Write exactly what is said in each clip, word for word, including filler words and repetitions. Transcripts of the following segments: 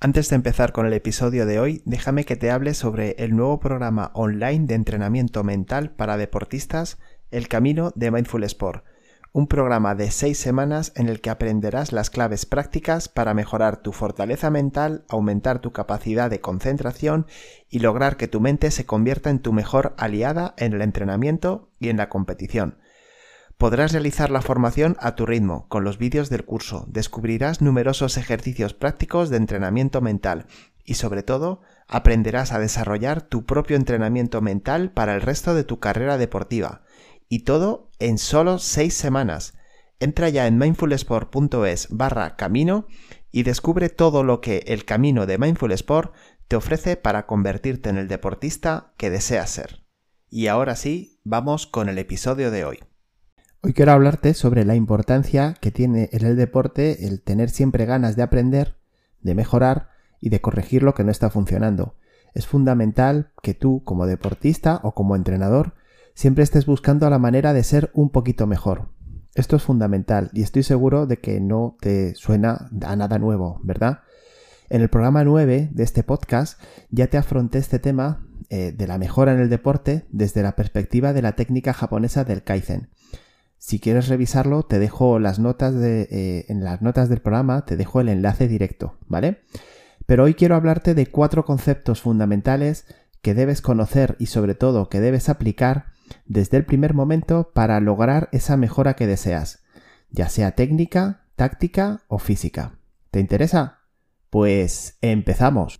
Antes de empezar con el episodio de hoy, déjame que te hable sobre el nuevo programa online de entrenamiento mental para deportistas, El Camino de Mindful Sport, un programa de seis semanas en el que aprenderás las claves prácticas para mejorar tu fortaleza mental, aumentar tu capacidad de concentración y lograr que tu mente se convierta en tu mejor aliada en el entrenamiento y en la competición. Podrás realizar la formación a tu ritmo, con los vídeos del curso, descubrirás numerosos ejercicios prácticos de entrenamiento mental y, sobre todo, aprenderás a desarrollar tu propio entrenamiento mental para el resto de tu carrera deportiva. Y todo en solo seis semanas. Entra ya en mindfulsport.es barra camino y descubre todo lo que el camino de Mindful Sport te ofrece para convertirte en el deportista que deseas ser. Y ahora sí, vamos con el episodio de hoy. Hoy quiero hablarte sobre la importancia que tiene en el deporte el tener siempre ganas de aprender, de mejorar y de corregir lo que no está funcionando. Es fundamental que tú, como deportista o como entrenador, siempre estés buscando la manera de ser un poquito mejor. Esto es fundamental y estoy seguro de que no te suena a nada nuevo, ¿verdad? En el programa nueve de este podcast ya te afronté este tema eh, de la mejora en el deporte desde la perspectiva de la técnica japonesa del Kaizen. Si quieres revisarlo, te dejo las notas de, eh, en las notas del programa, te dejo el enlace directo, ¿vale? Pero hoy quiero hablarte de cuatro conceptos fundamentales que debes conocer y sobre todo que debes aplicar desde el primer momento para lograr esa mejora que deseas, ya sea técnica, táctica o física. ¿Te interesa? Pues empezamos.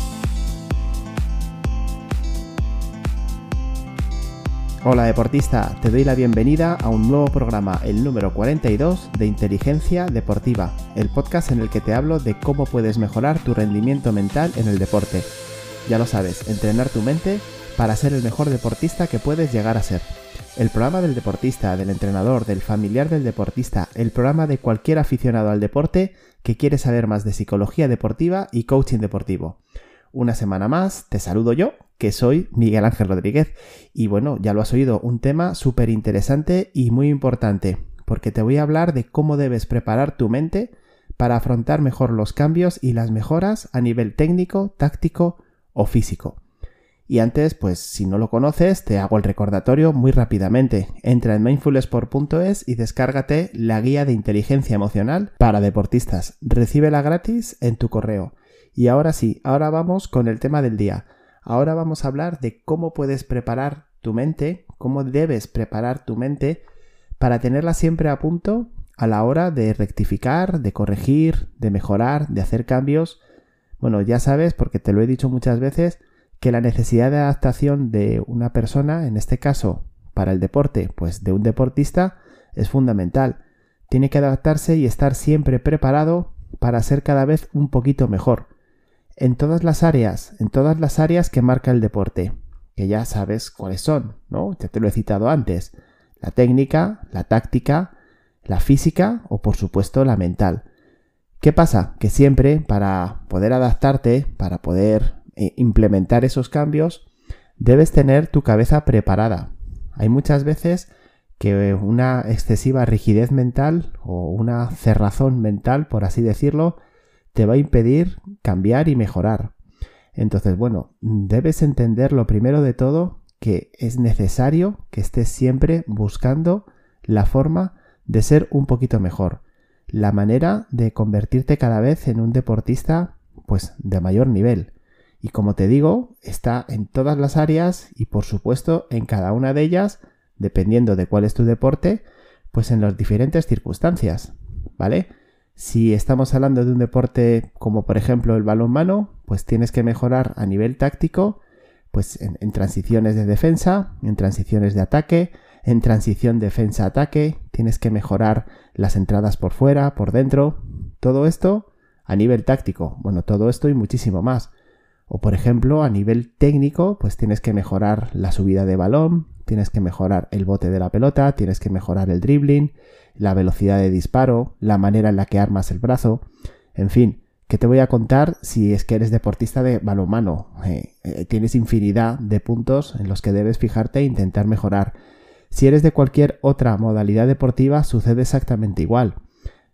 Hola deportista, te doy la bienvenida a un nuevo programa, el número cuarenta y dos de Inteligencia Deportiva, el podcast en el que te hablo de cómo puedes mejorar tu rendimiento mental en el deporte. Ya lo sabes, entrenar tu mente para ser el mejor deportista que puedes llegar a ser. El programa del deportista, del entrenador, del familiar del deportista, el programa de cualquier aficionado al deporte que quiere saber más de psicología deportiva y coaching deportivo. Una semana más, te saludo yo, que soy Miguel Ángel Rodríguez. Y bueno, ya lo has oído, un tema súper interesante y muy importante, porque te voy a hablar de cómo debes preparar tu mente para afrontar mejor los cambios y las mejoras a nivel técnico, táctico o físico. Y antes, pues si no lo conoces, te hago el recordatorio muy rápidamente. Entra en mindfulsport punto es y descárgate la guía de inteligencia emocional para deportistas. Recíbela gratis en tu correo. Y ahora sí, ahora vamos con el tema del día. Ahora vamos a hablar de cómo puedes preparar tu mente, cómo debes preparar tu mente para tenerla siempre a punto a la hora de rectificar, de corregir, de mejorar, de hacer cambios. Bueno, ya sabes, porque te lo he dicho muchas veces, que la necesidad de adaptación de una persona, en este caso para el deporte, pues de un deportista, es fundamental. Tiene que adaptarse y estar siempre preparado para ser cada vez un poquito mejor. En todas las áreas, en todas las áreas que marca el deporte, que ya sabes cuáles son, ¿no? Ya te lo he citado antes. La técnica, la táctica, la física o por supuesto la mental. ¿Qué pasa? Que siempre para poder adaptarte, para poder eh, implementar esos cambios, debes tener tu cabeza preparada. Hay muchas veces que una excesiva rigidez mental o una cerrazón mental, por así decirlo, te va a impedir cambiar y mejorar. Entonces, bueno, debes entender lo primero de todo que es necesario que estés siempre buscando la forma de ser un poquito mejor, la manera de convertirte cada vez en un deportista pues de mayor nivel. Y como te digo, está en todas las áreas y por supuesto en cada una de ellas, dependiendo de cuál es tu deporte, pues en las diferentes circunstancias, ¿vale? Si estamos hablando de un deporte como por ejemplo el balonmano, pues tienes que mejorar a nivel táctico, pues en, en transiciones de defensa, en transiciones de ataque, en transición defensa-ataque, tienes que mejorar las entradas por fuera, por dentro, todo esto a nivel táctico, bueno, todo esto y muchísimo más. O por ejemplo, a nivel técnico, pues tienes que mejorar la subida de balón, tienes que mejorar el bote de la pelota, tienes que mejorar el dribbling, la velocidad de disparo, la manera en la que armas el brazo, en fin, ¿qué te voy a contar si es que eres deportista de balonmano? Eh, eh, tienes infinidad de puntos en los que debes fijarte e intentar mejorar. Si eres de cualquier otra modalidad deportiva, sucede exactamente igual.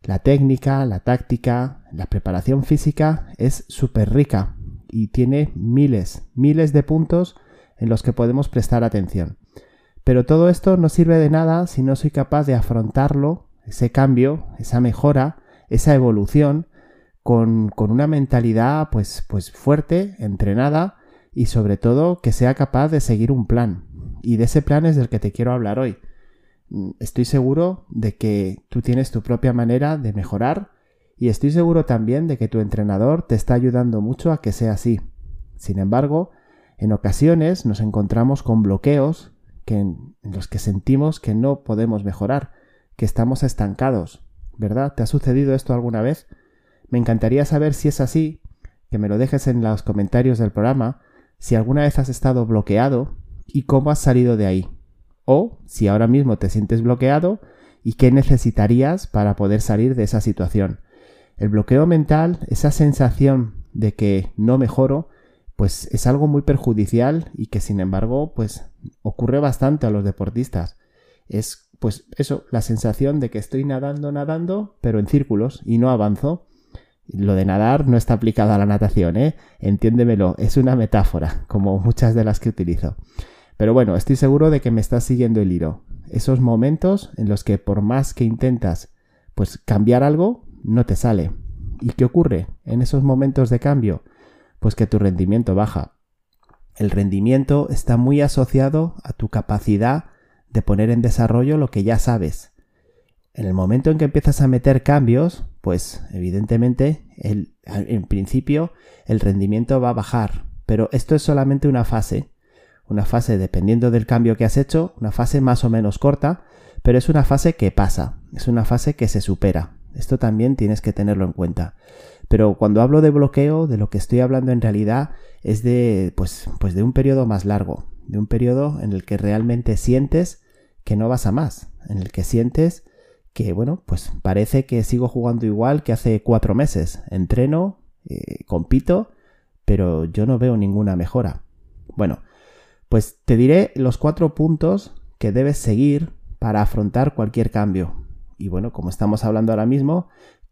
La técnica, la táctica, la preparación física es súper rica y tiene miles, miles de puntos en los que podemos prestar atención. Pero todo esto no sirve de nada si no soy capaz de afrontarlo, ese cambio, esa mejora, esa evolución, con, con una mentalidad pues, pues fuerte, entrenada y sobre todo que sea capaz de seguir un plan. Y de ese plan es del que te quiero hablar hoy. Estoy seguro de que tú tienes tu propia manera de mejorar y estoy seguro también de que tu entrenador te está ayudando mucho a que sea así. Sin embargo, en ocasiones nos encontramos con bloqueos que en, en los que sentimos que no podemos mejorar, que estamos estancados, ¿verdad? ¿Te ha sucedido esto alguna vez? Me encantaría saber si es así, que me lo dejes en los comentarios del programa, si alguna vez has estado bloqueado y cómo has salido de ahí. O si ahora mismo te sientes bloqueado y qué necesitarías para poder salir de esa situación. El bloqueo mental, esa sensación de que no mejoro, pues es algo muy perjudicial y que sin embargo pues ocurre bastante a los deportistas. Es pues eso, la sensación de que estoy nadando, nadando, pero en círculos y no avanzo. Lo de nadar no está aplicado a la natación, ¿eh? Entiéndemelo, es una metáfora, como muchas de las que utilizo. Pero bueno, estoy seguro de que me estás siguiendo el hilo. Esos momentos en los que por más que intentas pues cambiar algo, no te sale. ¿Y qué ocurre en esos momentos de cambio? Pues que tu rendimiento baja. El rendimiento está muy asociado a tu capacidad de poner en desarrollo lo que ya sabes. En el momento en que empiezas a meter cambios, pues evidentemente el, en principio el rendimiento va a bajar. Pero esto es solamente una fase. Una fase, dependiendo del cambio que has hecho, una fase más o menos corta, pero es una fase que pasa, es una fase que se supera. Esto también tienes que tenerlo en cuenta. Pero cuando hablo de bloqueo, de lo que estoy hablando en realidad es de, pues, pues de un periodo más largo, de un periodo en el que realmente sientes que no vas a más, en el que sientes que, bueno, pues parece que sigo jugando igual que hace cuatro meses. Entreno, eh, compito, pero yo no veo ninguna mejora. Bueno, pues te diré los cuatro puntos que debes seguir para afrontar cualquier cambio. Y bueno, como estamos hablando ahora mismo,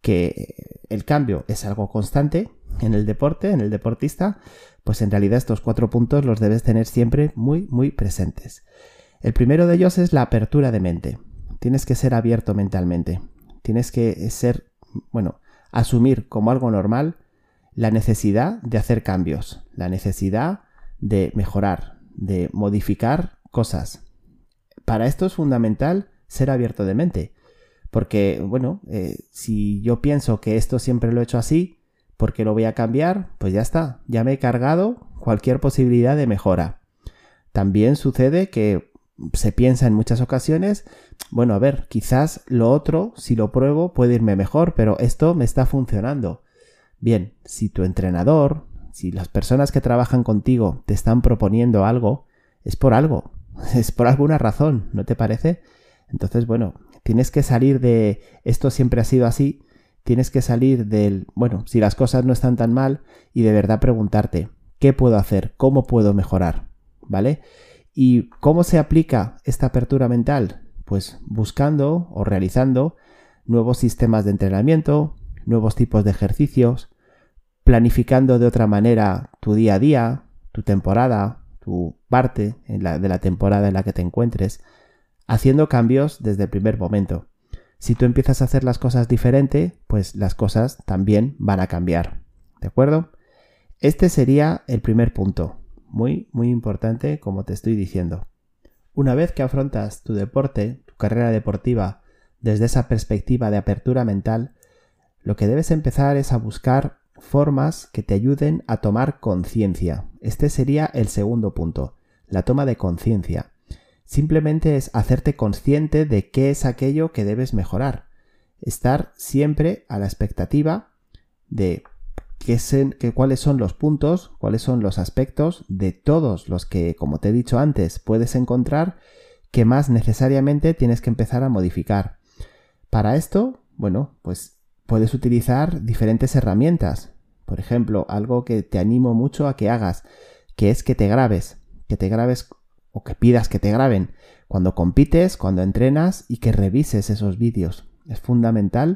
que el cambio es algo constante en el deporte, en el deportista, pues en realidad estos cuatro puntos los debes tener siempre muy, muy presentes. El primero de ellos es la apertura de mente. Tienes que ser abierto mentalmente. Tienes que ser, bueno, asumir como algo normal la necesidad de hacer cambios, la necesidad de mejorar, de modificar cosas. Para esto es fundamental ser abierto de mente, porque, bueno, eh, si yo pienso que esto siempre lo he hecho así, ¿por qué lo voy a cambiar? Pues ya está, ya me he cargado cualquier posibilidad de mejora. También sucede que se piensa en muchas ocasiones, bueno, a ver, quizás lo otro, si lo pruebo, puede irme mejor, pero esto me está funcionando. Bien, si tu entrenador, si las personas que trabajan contigo te están proponiendo algo, es por algo, es por alguna razón, ¿no te parece? Entonces, bueno, tienes que salir de esto siempre ha sido así, tienes que salir del, bueno, si las cosas no están tan mal y de verdad preguntarte, ¿qué puedo hacer? ¿Cómo puedo mejorar? ¿Vale? ¿Y cómo se aplica esta apertura mental? Pues buscando o realizando nuevos sistemas de entrenamiento, nuevos tipos de ejercicios, planificando de otra manera tu día a día, tu temporada, tu parte en la, de la temporada en la que te encuentres, haciendo cambios desde el primer momento. Si tú empiezas a hacer las cosas diferente, pues las cosas también van a cambiar. ¿De acuerdo? Este sería el primer punto. Muy, muy importante, como te estoy diciendo. Una vez que afrontas tu deporte, tu carrera deportiva, desde esa perspectiva de apertura mental, lo que debes empezar es a buscar formas que te ayuden a tomar conciencia. Este sería el segundo punto, la toma de conciencia. Simplemente es hacerte consciente de qué es aquello que debes mejorar. Estar siempre a la expectativa de qué son, que, cuáles son los puntos, cuáles son los aspectos de todos los que, como te he dicho antes, puedes encontrar que más necesariamente tienes que empezar a modificar. Para esto, bueno, pues puedes utilizar diferentes herramientas. Por ejemplo, algo que te animo mucho a que hagas, que es que te grabes, que te grabes o que pidas que te graben cuando compites, cuando entrenas y que revises esos vídeos. Es fundamental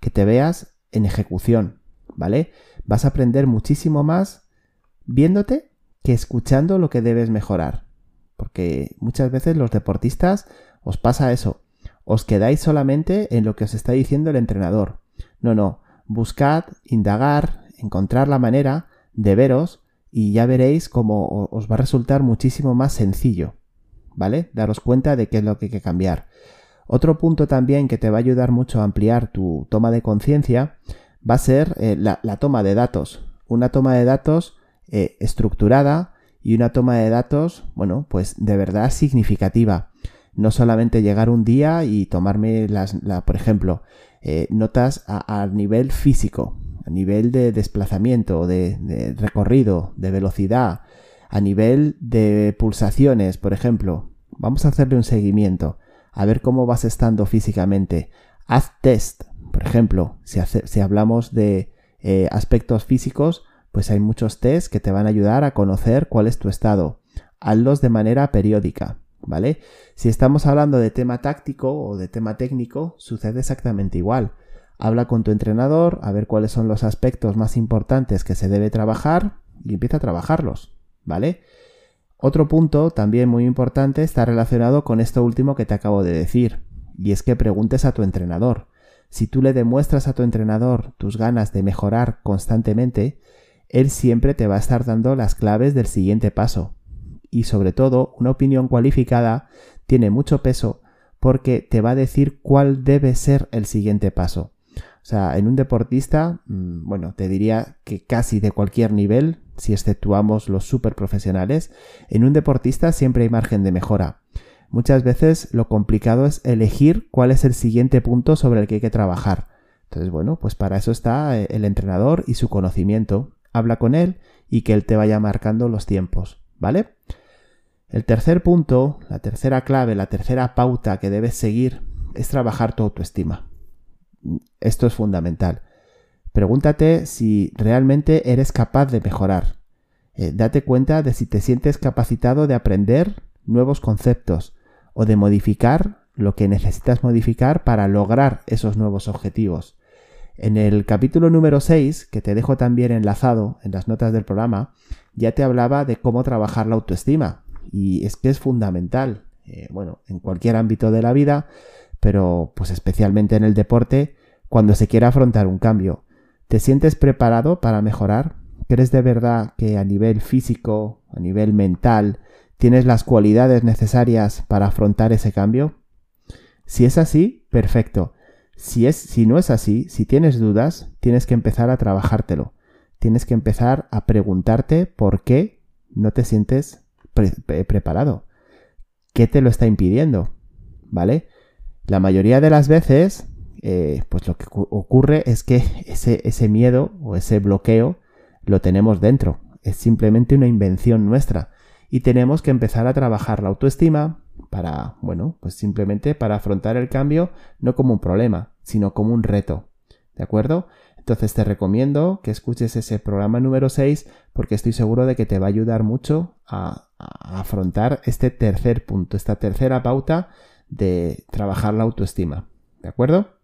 que te veas en ejecución, ¿vale? Vas a aprender muchísimo más viéndote que escuchando lo que debes mejorar. Porque muchas veces los deportistas os pasa eso. Os quedáis solamente en lo que os está diciendo el entrenador. No, no. Buscad, indagar, encontrar la manera de veros y ya veréis cómo os va a resultar muchísimo más sencillo, ¿vale? Daros cuenta de qué es lo que hay que cambiar. Otro punto también que te va a ayudar mucho a ampliar tu toma de conciencia va a ser eh, la, la toma de datos. Una toma de datos eh, estructurada y una toma de datos, bueno, pues de verdad significativa. No solamente llegar un día y tomarme, las, la, por ejemplo, eh, notas a, a nivel físico, a nivel de desplazamiento, de, de recorrido, de velocidad, a nivel de pulsaciones, por ejemplo. Vamos a hacerle un seguimiento, a ver cómo vas estando físicamente. Haz test, por ejemplo, si, hace, si hablamos de eh, aspectos físicos, pues hay muchos test que te van a ayudar a conocer cuál es tu estado. Hazlos de manera periódica, ¿vale? Si estamos hablando de tema táctico o de tema técnico, sucede exactamente igual. Habla con tu entrenador a ver cuáles son los aspectos más importantes que se debe trabajar y empieza a trabajarlos, ¿vale? Otro punto también muy importante está relacionado con esto último que te acabo de decir, y es que preguntes a tu entrenador. Si tú le demuestras a tu entrenador tus ganas de mejorar constantemente, él siempre te va a estar dando las claves del siguiente paso. Y sobre todo, una opinión cualificada tiene mucho peso porque te va a decir cuál debe ser el siguiente paso. O sea, en un deportista, bueno, te diría que casi de cualquier nivel, si exceptuamos los súper profesionales, en un deportista siempre hay margen de mejora. Muchas veces lo complicado es elegir cuál es el siguiente punto sobre el que hay que trabajar. Entonces, bueno, pues para eso está el entrenador y su conocimiento. Habla con él y que él te vaya marcando los tiempos, ¿vale? El tercer punto, la tercera clave, la tercera pauta que debes seguir es trabajar tu autoestima. Esto es fundamental. Pregúntate si realmente eres capaz de mejorar. Eh, date cuenta de si te sientes capacitado de aprender nuevos conceptos o de modificar lo que necesitas modificar para lograr esos nuevos objetivos. En el capítulo número seis, que te dejo también enlazado en las notas del programa, ya te hablaba de cómo trabajar la autoestima. Y es que es fundamental, eh, bueno, en cualquier ámbito de la vida, pero pues especialmente en el deporte, cuando se quiera afrontar un cambio. ¿Te sientes preparado para mejorar? ¿Crees de verdad que a nivel físico, a nivel mental, tienes las cualidades necesarias para afrontar ese cambio? Si es así, perfecto. Si, es, si no es así, si tienes dudas, tienes que empezar a trabajártelo. Tienes que empezar a preguntarte por qué no te sientes pre- pre- preparado. ¿Qué te lo está impidiendo? ¿Vale? La mayoría de las veces, eh, pues lo que cu- ocurre es que ese, ese miedo o ese bloqueo lo tenemos dentro. Es simplemente una invención nuestra. Y tenemos que empezar a trabajar la autoestima para, bueno, pues simplemente para afrontar el cambio no como un problema, sino como un reto. ¿De acuerdo? Entonces te recomiendo que escuches ese programa número seis porque estoy seguro de que te va a ayudar mucho a, a afrontar este tercer punto, esta tercera pauta de trabajar la autoestima. ¿De acuerdo?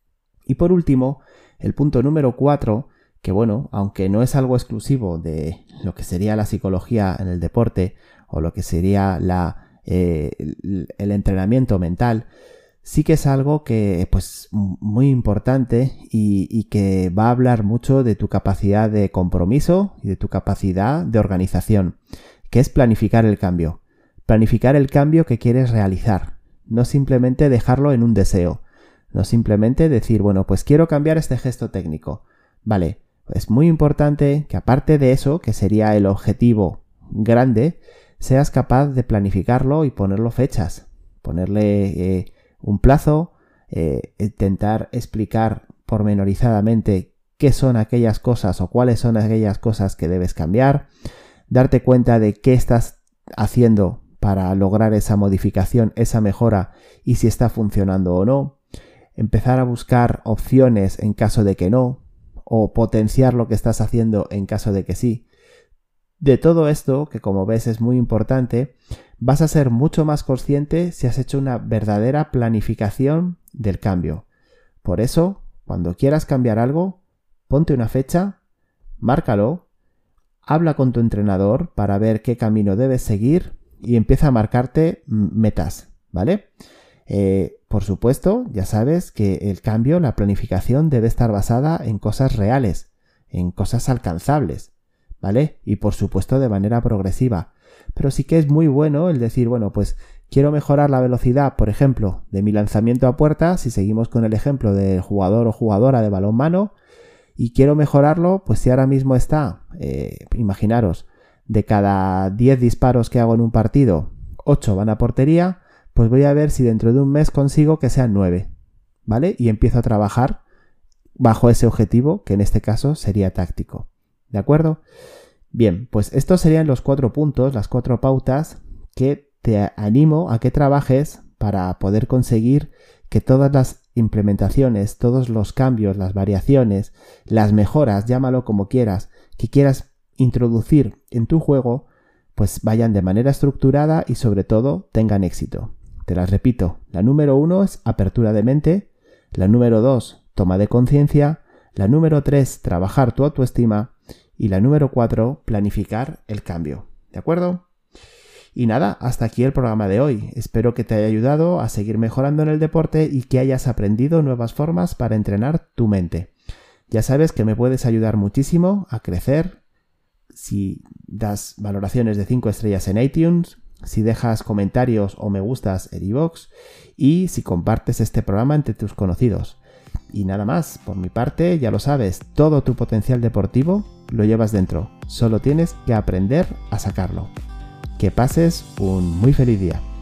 Y por último, el punto número cuatro, que bueno, aunque no es algo exclusivo de lo que sería la psicología en el deporte o lo que sería la, eh, el, el entrenamiento mental, sí que es algo que pues muy importante y, y que va a hablar mucho de tu capacidad de compromiso y de tu capacidad de organización, que es planificar el cambio. Planificar el cambio que quieres realizar, no simplemente dejarlo en un deseo, no simplemente decir, bueno, pues quiero cambiar este gesto técnico. Vale, es muy importante que aparte de eso, que sería el objetivo grande, seas capaz de planificarlo y ponerlo fechas, ponerle eh, un plazo, eh, intentar explicar pormenorizadamente qué son aquellas cosas o cuáles son aquellas cosas que debes cambiar, darte cuenta de qué estás haciendo para lograr esa modificación, esa mejora y si está funcionando o no, empezar a buscar opciones en caso de que no, o potenciar lo que estás haciendo en caso de que sí. De todo esto, que como ves es muy importante, vas a ser mucho más consciente si has hecho una verdadera planificación del cambio. Por eso, Cuando quieras cambiar algo, ponte una fecha, márcalo, habla con tu entrenador para ver qué camino debes seguir y empieza a marcarte metas, ¿vale? Eh, por supuesto, ya sabes que el cambio, la planificación debe estar basada en cosas reales, en cosas alcanzables, ¿vale? Y por supuesto de manera progresiva. Pero sí que es muy bueno el decir, bueno, pues quiero mejorar la velocidad, por ejemplo, de mi lanzamiento a puerta, si seguimos con el ejemplo del jugador o jugadora de balonmano, y quiero mejorarlo, pues si ahora mismo está, eh, imaginaros, de cada diez disparos que hago en un partido, ocho van a portería, pues voy a ver si dentro de un mes consigo que sean nueve, ¿vale? Y empiezo a trabajar bajo ese objetivo, que en este caso sería táctico, ¿de acuerdo? Bien, pues estos serían los cuatro puntos, las cuatro pautas que te animo a que trabajes para poder conseguir que todas las implementaciones, todos los cambios, las variaciones, las mejoras, llámalo como quieras, que quieras introducir en tu juego, pues vayan de manera estructurada y sobre todo tengan éxito. Te las repito, la número uno es apertura de mente, la número dos, toma de conciencia, la número tres, trabajar tu autoestima y la número cuatro, planificar el cambio. ¿De acuerdo? Y nada, hasta aquí el programa de hoy. Espero que te haya ayudado a seguir mejorando en el deporte y que hayas aprendido nuevas formas para entrenar tu mente. Ya sabes que me puedes ayudar muchísimo a crecer si das valoraciones de cinco estrellas en iTunes, si dejas comentarios o me gustas en iVoox y si compartes este programa entre tus conocidos. Y nada más, por mi parte, ya lo sabes, todo tu potencial deportivo lo llevas dentro. Solo tienes que aprender a sacarlo. Que pases un muy feliz día.